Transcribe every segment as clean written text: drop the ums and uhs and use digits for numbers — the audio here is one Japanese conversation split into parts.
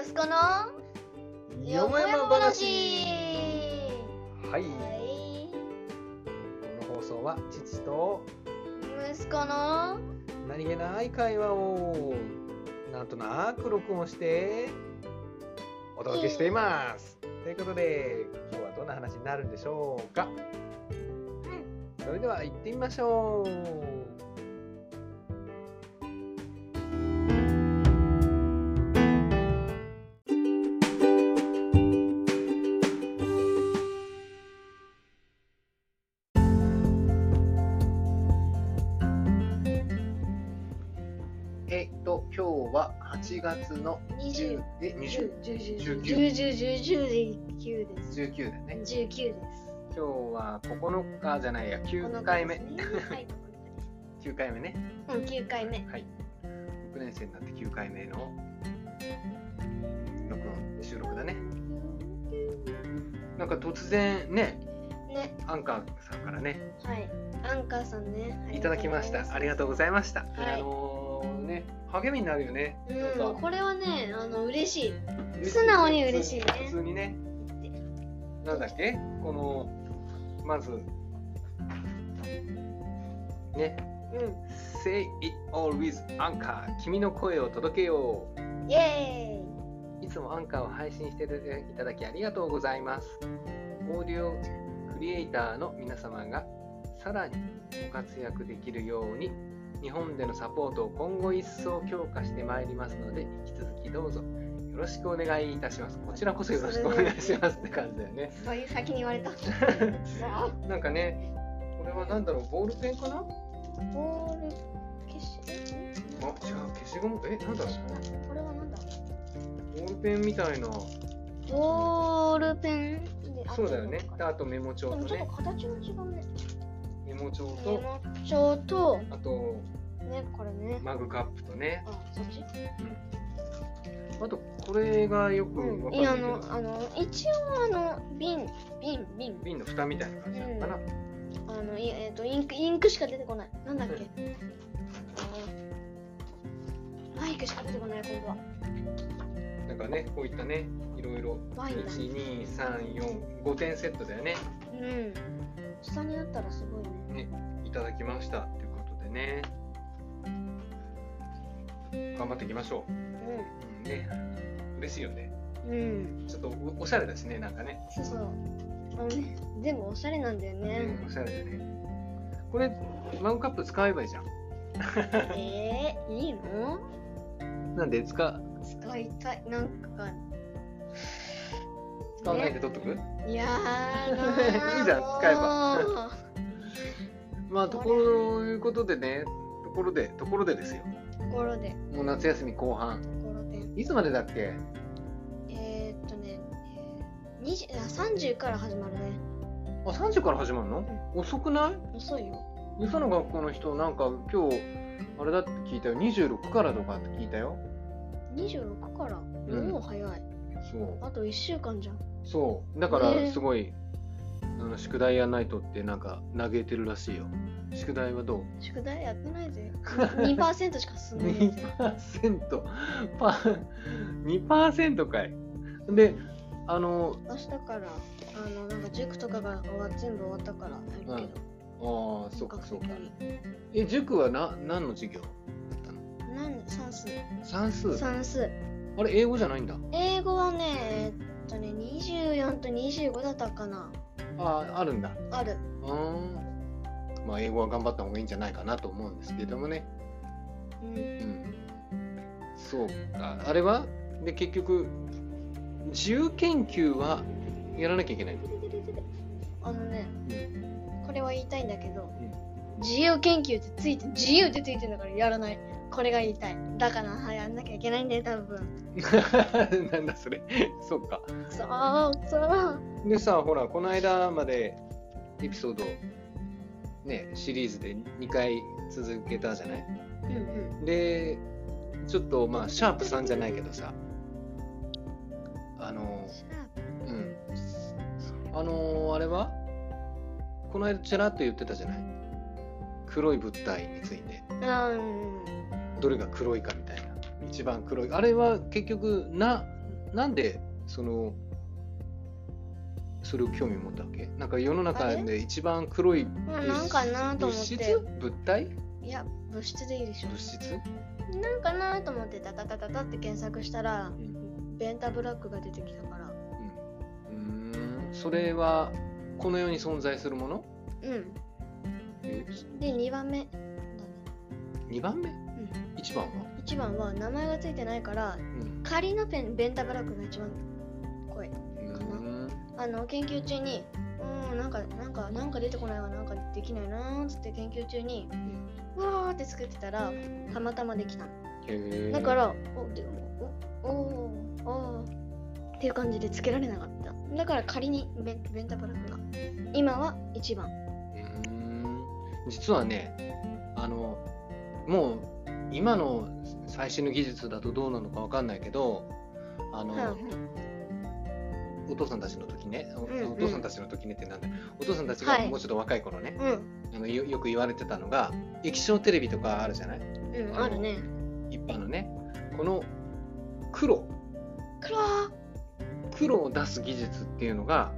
息子のよもやま話。はい、この放送は父と息子の何気ない会話をなんとなく録音してお届けしています。ということで今日はどんな話になるんでしょうか。それでは行ってみましょう。今日は8月の19です。 19 だね。 です。 今日は9日じゃないや、9回目。 はい、 9回目ね。 9回目。 はい。6年生になって9回目の収録だね。なんか突然ね、アンカーさんからね。 はい。アンカーさんね。 いただきました。ありがとうございました。 はい。 励みになるよね。 これはね、嬉しい。素直に嬉しいね。 普通にね。なんだっけ？まずね。Say it all with Anchor。君の声を届けよう。 イエーイ。いつもアンカーを配信していただきありがとうございます。オーディオクリエイターの皆様がさらにご活躍できるように日本でのサポートを今後一層強化してまいりますので引き続きどうぞよろしくお願いいたします。こちらこそよろしくお願いしますって感じだよね。 そういう先に言われた。 なんかね、これはなんだろう、ボールペンかな？ ボール消し違う、消しゴム？なんだろう？ これはなんだ？ ボールペンみたいな。 ボールペンでそうだよね。あとメモ帳とね。 ちょっと形が違うね。 メモ帳とあとね、これね、 マグカップとね。 そっち？ あとこれがよくわかるんだけど、 一応瓶の蓋みたいな感じなのかな。 インクしか出てこない。なんだっけ？マイクしか出てこない今度は。 なんかね、こういったね、いろいろ1、2、3、4、5点セットだよね。 下にあったらすごいね。 いただきましたっていうことでね。頑張っていきましょう。ね、嬉しいよね。ちょっとおしゃれだしね、なんかね。 そう。全部おしゃれなんだよね。 おしゃれだね。これマグカップ使えばいいじゃん。 いいの？ なんで使いたい。なんか使わないで取っとく？ いやいいじゃん、使えば。まあということでね、ところでですよ。もう夏休み後半。いつまでだっけ ？30から始まるね。 あ、30から始まるの？遅くない？ 遅いよ。 よその学校の人なんか今日あれだって聞いたよ。26からとかって聞いたよ。 26から？もう早い。 そう。 あと1週間じゃん。 そう。だからすごい、宿題やんないとってなんか嘆いてるらしいよ。宿題はどう？ 宿題やってないぜ。2% しか進んでないぜ。 2% かい。で、 明日からなんか塾とかが全部終わったからやるけど。 ああ、そうか。塾は何の授業だったの？算数。あれ英語じゃないんだ。 英語はね、24と25だったかな。 あるんだ。 ある。 まあ英語は頑張った方がいいんじゃないかなと思うんですけどもね。そうか。あれはで結局自由研究はやらなきゃいけないの？ これは言いたいんだけど、自由研究って自由ってついてるんだからやらない。これが言いたい。だからやんなきゃいけないんだよ多分。 なんだそれ。そうか。 そうでさ、ほらこの間までエピソードねシリーズで2回続けたじゃない？でちょっとまあシャープ3じゃないけどさ、あれはこの間ちらっと言ってたじゃない？黒い物体について。どれが黒いかみたいな。一番黒い。あれは結局なんでそれを興味持ったわけ？なんか世の中で一番黒いなんかなと思って。 物体？ いや、物質でいいでしょ。 物質？ なんかなと思ってタタタタタって検索したら、ベンタブラックが出てきたから。 それはこの世に存在するもの？ で、2番目だね。 2番目？1番は ？1番は名前がついてないから、仮のベンタブラックが一番濃いかな。研究中になんか出てこないわ、なんかできないなーっつって研究中にうわーって作ってたらたまたまできたの。だからっていう感じでつけられなかった。だから仮にベンタブラックが今は1番。 実はね、もう今の最新の技術だとどうなのかわかんないけど、お父さんたちの時ね、お父さんたちの時ねってなんだ、お父さんたちがもうちょっと若い頃ね、よく言われてたのが、液晶テレビとかあるじゃない？ あるね。 一般のね、この黒を出す技術っていうのが、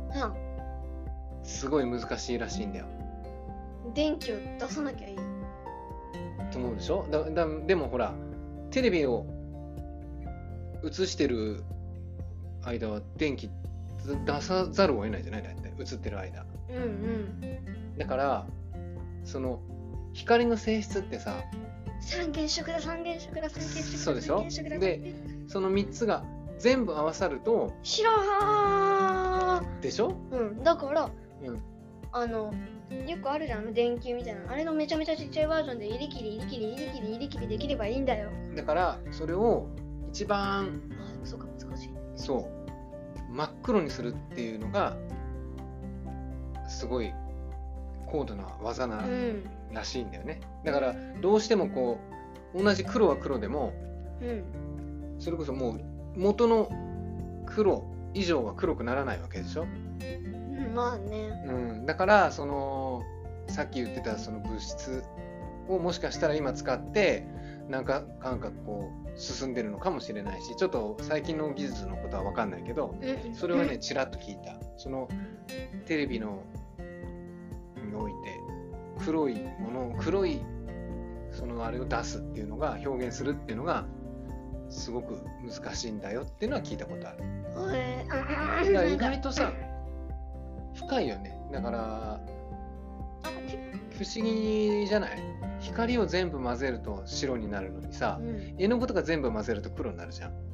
すごい難しいらしいんだよ。 電気を出さなきゃいいと思うでしょ。でもほら、テレビを映してる間は電気出さざるを得ないじゃない？だって映ってる間。だからその光の性質ってさ、 三原色だ。 そうでしょ。でその3つが全部合わさると白でしょ。 だから、よくあるじゃん、電球みたいな、あれのめちゃめちゃちっちゃいバージョンで入り切りできればいいんだよ。 だからそれを一番そうか、難しい。 そう真っ黒にするっていうのがすごい高度な技らしいんだよね。だからどうしてもこう同じ黒は黒でも、それこそもう元の黒以上は黒くならないわけでしょ。 まあね。 だからそのさっき言ってたその物質をもしかしたら今使ってなんかこう進んでるのかもしれないし、ちょっと最近の技術のことは分かんないけど、それはねちらっと聞いた。そのテレビのにおいて黒いそのあれを出すっていうのが、表現するっていうのがすごく難しいんだよっていうのは聞いたことある。だから意外とさ深いよね。だから不思議じゃない？光を全部混ぜると白になるのにさ、絵の具とか全部混ぜると黒になるじゃん。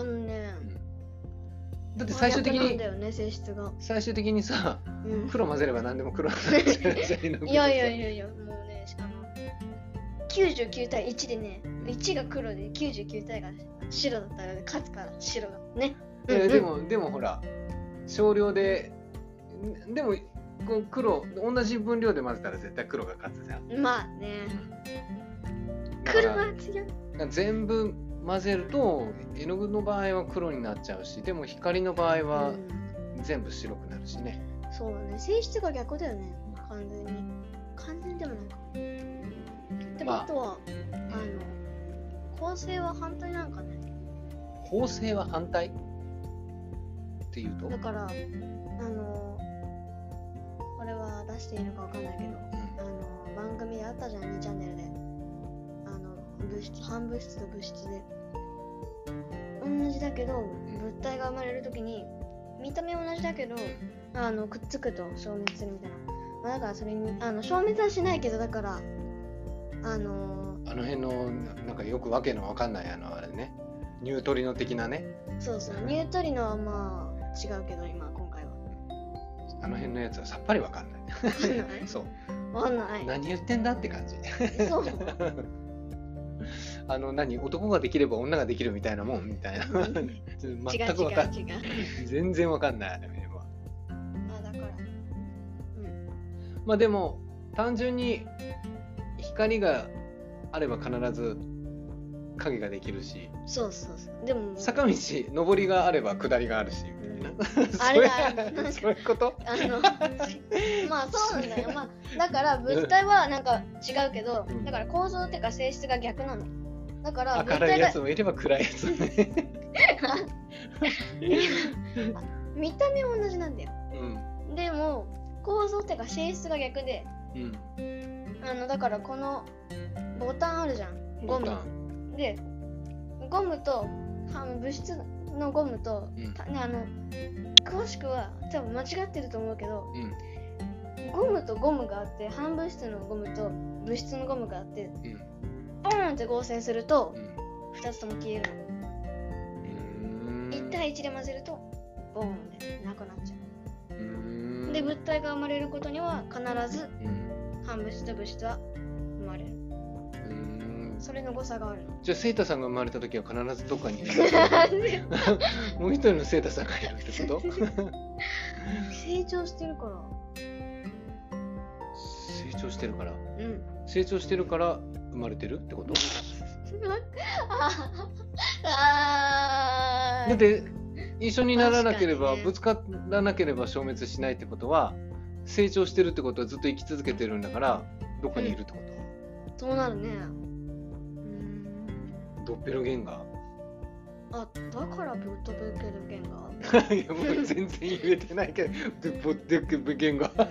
だって最終的に、最終的にさ、黒混ぜれば何でも黒になっちゃうじゃん。 いやもうね、99対1でね、1が黒で99対が白だったら勝つから、白がね。 でもほら少量ででもこう同じ分量で混ぜたら絶対黒が勝つじゃん。 まあね。黒は強い。 全部混ぜると絵の具の場合は黒になっちゃうし、でも光の場合は全部白くなるしね。 そうだね。性質が逆だよね。完全でもないか。ってことは、構成は反対なんかね。 構成は反対っていうと？ だからこれは出していいのかわかんないけど、番組であったじゃん、2チャンネルで。反物質と物質で同じだけど、物体が生まれるときに見た目は同じだけどくっつくと消滅するみたいな。だからそれに消滅はしないけど、だからあの辺のなんかよくわけのわかんないあれね、ニュートリノ的なね。 そうニュートリノはまあ違うけど、今回はあの辺のやつはさっぱりわかんない。そう。 わかんない。 何言ってんだって感じ。 そう。 男ができれば女ができるみたいなもんみたいな。全くわかんない。全然わかんないあれは。 だから。 まあでも単純に光があれば必ず影ができるし。 そう。でも坂道上りがあれば下りがあるし。 あれだそういうことまあそうなんだよ。だから物体はなんか違うけど、だから構造っていうか性質が逆なの。 だから明るいやつもいれば暗いやつもね見た目は同じなんだよ。 うんでも構造っていうか性質が逆で、 うんだからこのボタンあるじゃん、ゴムボタンで、ゴムと物質のゴムと、 うん詳しくは多分間違ってると思うけど、 うんゴムとゴムがあって、反物質のゴムと物質のゴムがあって、 うんボーンって合成するとうん 2つとも消えるの。1対1で混ぜるとボーンでなくなっちゃう。で物体が生まれることには必ず反物質と物質は生まれる。それの誤差があるの。 じゃあセイタさんが生まれた時は必ずどっかにいるもう一人のセイタさんがいるってこと成長してるから成長してるからうん成長してるから生まれてるってことだって一緒にならなければ、ぶつからなければ消滅しないってことは成長してるってことはずっと生き続けてるんだからどこにいるってこと、 そうなるね。 ドッペルゲンガーだからブッドブッケルゲンガいやもう全然言えてないけどボッデックゲンガー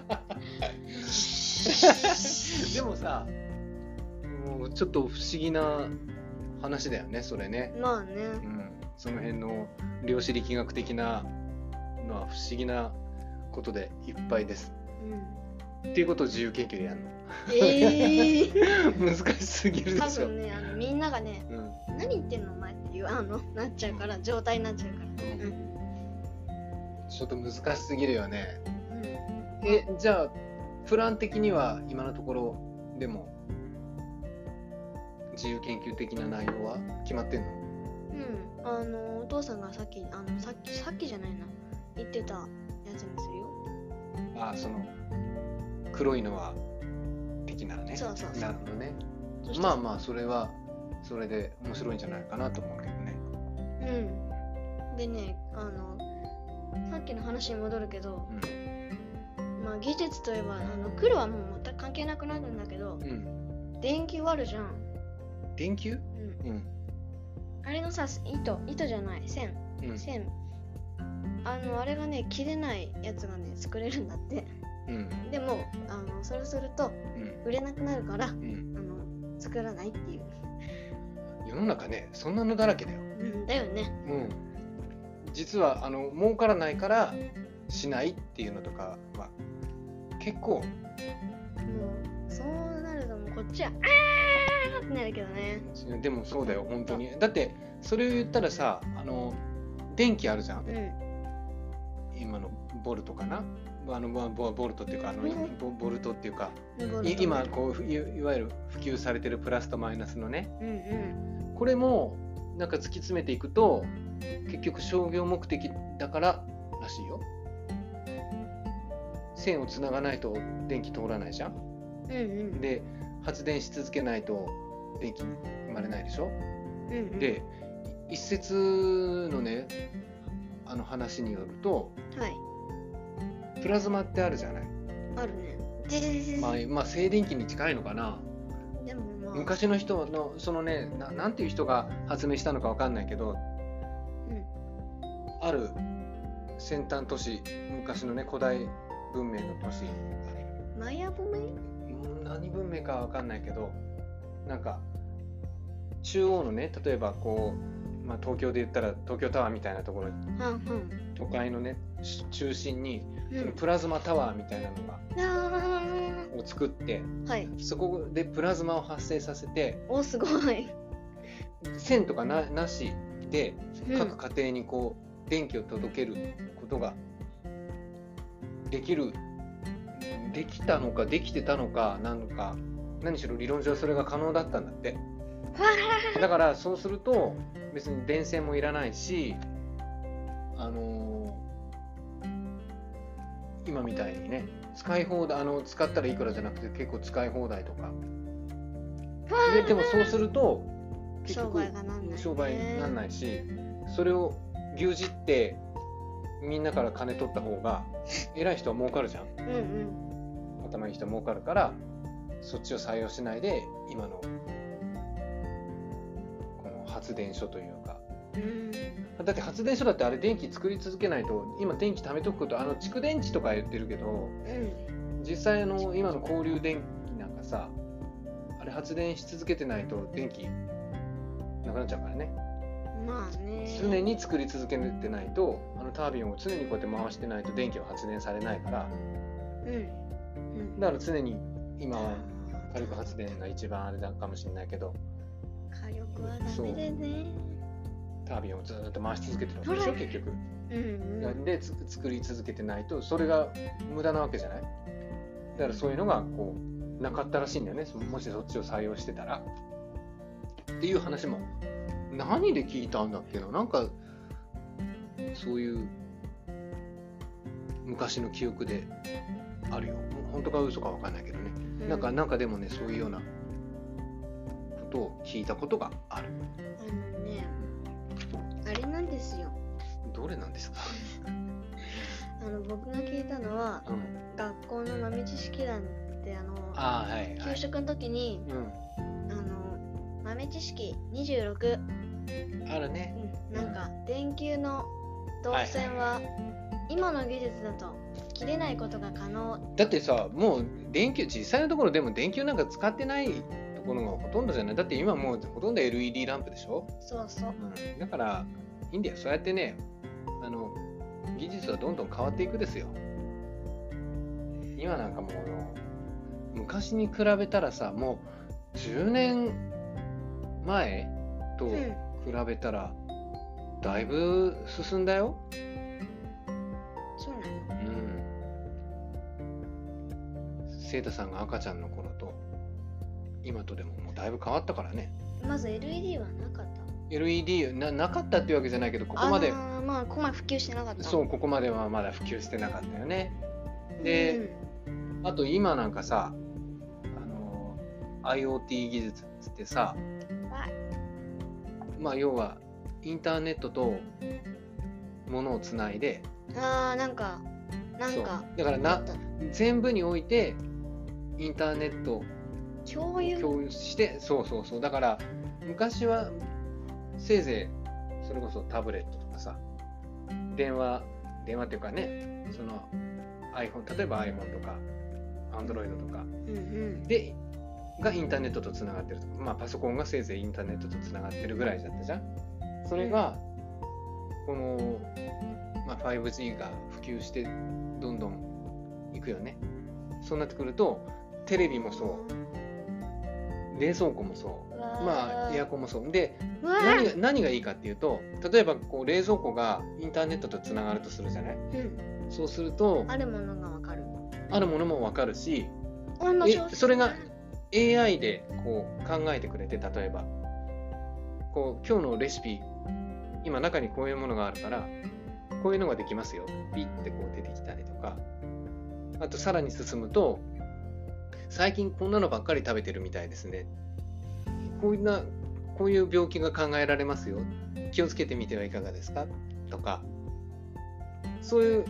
でもさもうちょっと不思議な話だよねそれね。 まあね、 その辺の量子力学的なのは不思議なことでいっぱいです、っていうことを自由研究でやるの難しすぎるでしょ。 多分ねみんながね、何言ってんのお前っていうなっちゃうから状態になっちゃうから、 ちょっと難しすぎるよね、じゃあプラン的には今のところでも自由研究的な内容は決まってんの？ お父さんがさっきじゃないな言ってたやつにするよ。 その黒いのは的なね。 そうなるほどね。まあまあそれはそれで面白いんじゃないかなと思うけどね。 でねさっきの話に戻るけど、まあ技術といえば黒はもう全く関係なくなるんだけど、電球あるじゃん。 電球？ あれのさ糸じゃない線、あれがね切れないやつがね作れるんだって。でもそれすると売れなくなるから、作らないっていう。 世の中ねそんなのだらけだよ。 だよね。 実は儲からないからしないっていうのとかは結構。もうそうなるともうこっちはってなるけどね。 でもそうだよ本当に。だってそれを言ったらさ電気あるじゃん。今のボルトかな。ボルトっていうかボルトっていうか今こういわゆる普及されてるプラスとマイナスのね、これもなんか突き詰めていくと結局商業目的だかららしいよ。線をつながないと電気通らないじゃん、で発電し続けないと電気生まれないでしょ、で一説のね話によると、プラズマってあるじゃない。 あるね。 まあ静電気に近いのかな。 でも昔の人のそのねなんていう人が発明したのかわかんないけど、ある先端都市昔のね古代文明の都市。 マヤ文明？ 何文明かわかんないけど、なんか中央のね例えばこう、東京で言ったら東京タワーみたいなところに、都会のね中心にそのプラズマタワーみたいなのがを作って、そこでプラズマを発生させて、 すごい線とか なしで各家庭にこう電気を届けることができたのかできてたのか何しろ理論上それが可能だったんだって。だからそうすると別に電線もいらないし、今みたいにね使い放題使ったらいくらじゃなくて結構使い放題とかでもそうすると結局商売にならないし、それを牛耳ってみんなから金取った方が偉い人は儲かるじゃん、頭いい人は儲かるからそっちを採用しないで今の発電所というか、 うん、 だって発電所だってあれ電気作り続けないと、今電気貯めとくこと、蓄電池とか言ってるけど、 うん、 実際今の交流電気なんかさ、あれ発電し続けてないと電気なくなっちゃうからね。 まあね、 常に作り続けてないと、タービンを常にこうやって回してないと電気は発電されないから、 うん、 だから常に今は火力発電が一番あれだかもしれないけど、 火力はダメでね、 タービンをずっと回し続けてるわけでしょ結局、で作り続けてないとそれが無駄なわけじゃない。だからそういうのがこうなかったらしいんだよね、もしそっちを採用してたらっていう話も何で聞いたんだっけな、なんかそういう昔の記憶であるよ。本当か嘘か分かんないけどね、なんかでもね、そういうようなことを聞いたことがある。 ね、あれなんですよ。 どれなんですか？ 僕が聞いたのは、学校の豆知識団って給食の時に、豆知識26 あるね、 なんか電球の導線は今の技術だと切れないことが可能。 だってさ、もう電球、実際のところでも電球なんか使ってないところがほとんどじゃない。だって今もうほとんど LED ランプでしょ。 そうそう、 だからいいんだよ。そうやってね、技術はどんどん変わっていくですよ。今なんかもう昔に比べたらさ、もう10年前と比べたらだいぶ進んだよ。 そうなの？ セイタさんが赤ちゃんの頃と今とでももうだいぶ変わったからね。 まず LED はなかった。 LED なかったっていうわけじゃないけど、ここまでここまで普及してなかった。 そう、ここまではまだ普及してなかったよね。で、あと今なんかさ、IoT 技術っつってさ、まあ要はインターネットと物をつないで、 なんかだから全部においてインターネット共有して、そうだから昔はせいぜいそれこそタブレットとかさ、電話っていうかね、その iPhone、例えば iPhone とか Android とか、でがインターネットとつながってるとか、まあパソコンがせいぜいインターネットとつながってるぐらいだったじゃん。それがこの、5G が普及してどんどんいくよね。そうなってくるとテレビもそう、冷蔵庫もそう、エアコンもそうで、何がいいかっていうと、例えばこう冷蔵庫がインターネットとつながるとするじゃない、そうするとあるものが分かる、 あるものも分かるし、それが AI でこう考えてくれて、例えばこう今日のレシピ、今中にこういうものがあるからこういうのができますよ、ピッてこう出てきたりとか、あとさらに進むと、最近こんなのばっかり食べてるみたいですね、こういう病気が考えられますよ、気をつけてみてはいかがですかとか、そういう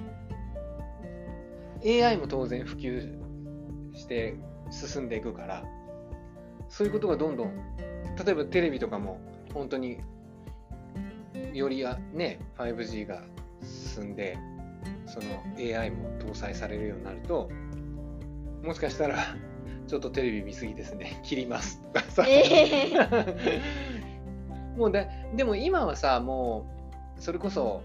AI も当然普及して進んでいくから、そういうことがどんどん、例えばテレビとかも本当によりね 5G が進んで、その AI も搭載されるようになると、もしかしたらちょっとテレビ見すぎですね、切りますとかさ、もうでも今はさ、もうそれこそ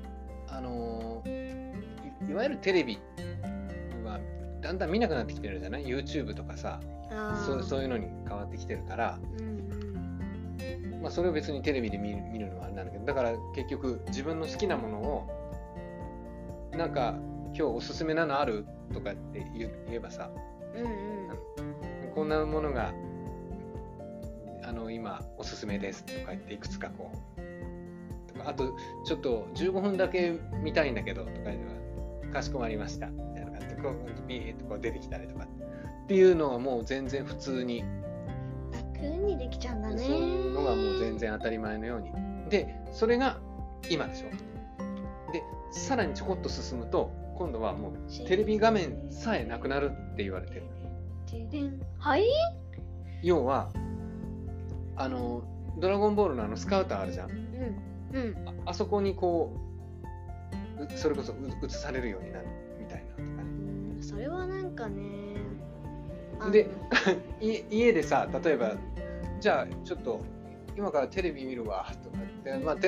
いわゆるテレビはだんだん見なくなってきてるじゃない？ YouTube とかさ、そういうのに変わってきてるから、それを別にテレビで見るのはあれなんだけど、だから結局自分の好きなものをなんか今日おすすめなのあるとかって言えばさ、こんなものが今おすすめですとか言っていくつかこうとか、あとちょっと15分だけ見たいんだけどとか言えば、かしこまりましたみたいな感じでこうビーッとこう出てきたりとかっていうのはもう全然普通に楽にできちゃうんだね。 そういうのがもう全然当たり前のようにで、それが今でしょ。でさらにちょこっと進むと、今度はもうテレビ画面さえなくなるって言われてる。 はい。 要はドラゴンボールのスカウターあるじゃん。あそこにこうそれこそ映されるようになるみたいなとかね。 それはなんかね。 で家でさ、例えばじゃあちょっと今からテレビ見るわとかって、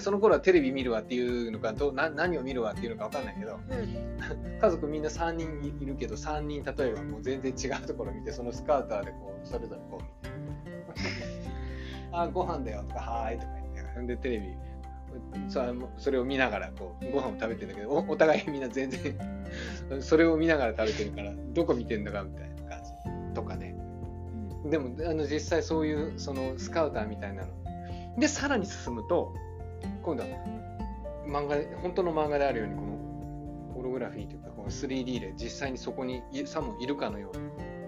その頃はテレビ見るわっていうのか何を見るわっていうのか分かんないけど、家族みんな3人いるけど、3人例えばもう全然違うところ見て、そのスカウターでこうそれぞれこう見てあ、ご飯だよとか、はーいとか言って、でテレビそれを見ながらこうご飯を食べてるんだけど、お互いみんな全然それを見ながら食べてるから、どこ見てんのかみたいな感じとかね。でも実際そういうそのスカウターみたいなので、さらに進むと今度は本当の漫画であるように、このホログラフィーというかこの 3D で実際にそこにさもいるかのように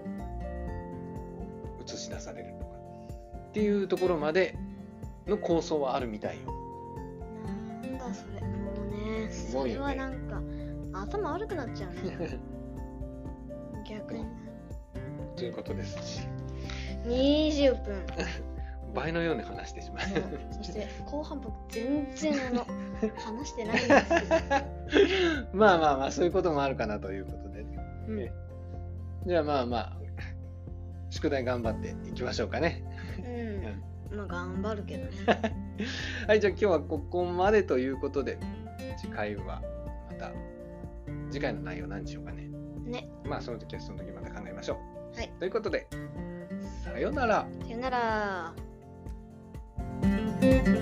映し出されるとかっていうところまでの構想はあるみたいよ。 なんだそれ、もうね、それはなんか頭悪くなっちゃうね逆に。 ということです。 20分倍のように話してしまう。 そして後半僕全然話してないんですけどまあそういうこともあるかなということで、じゃあ宿題頑張っていきましょうかね。 頑張るけどねはい、じゃあ今日はここまでということで、次回はまた次回の内容何でしょうかね。その時はその時また考えましょう。はい、ということでさよなら。 さよなら。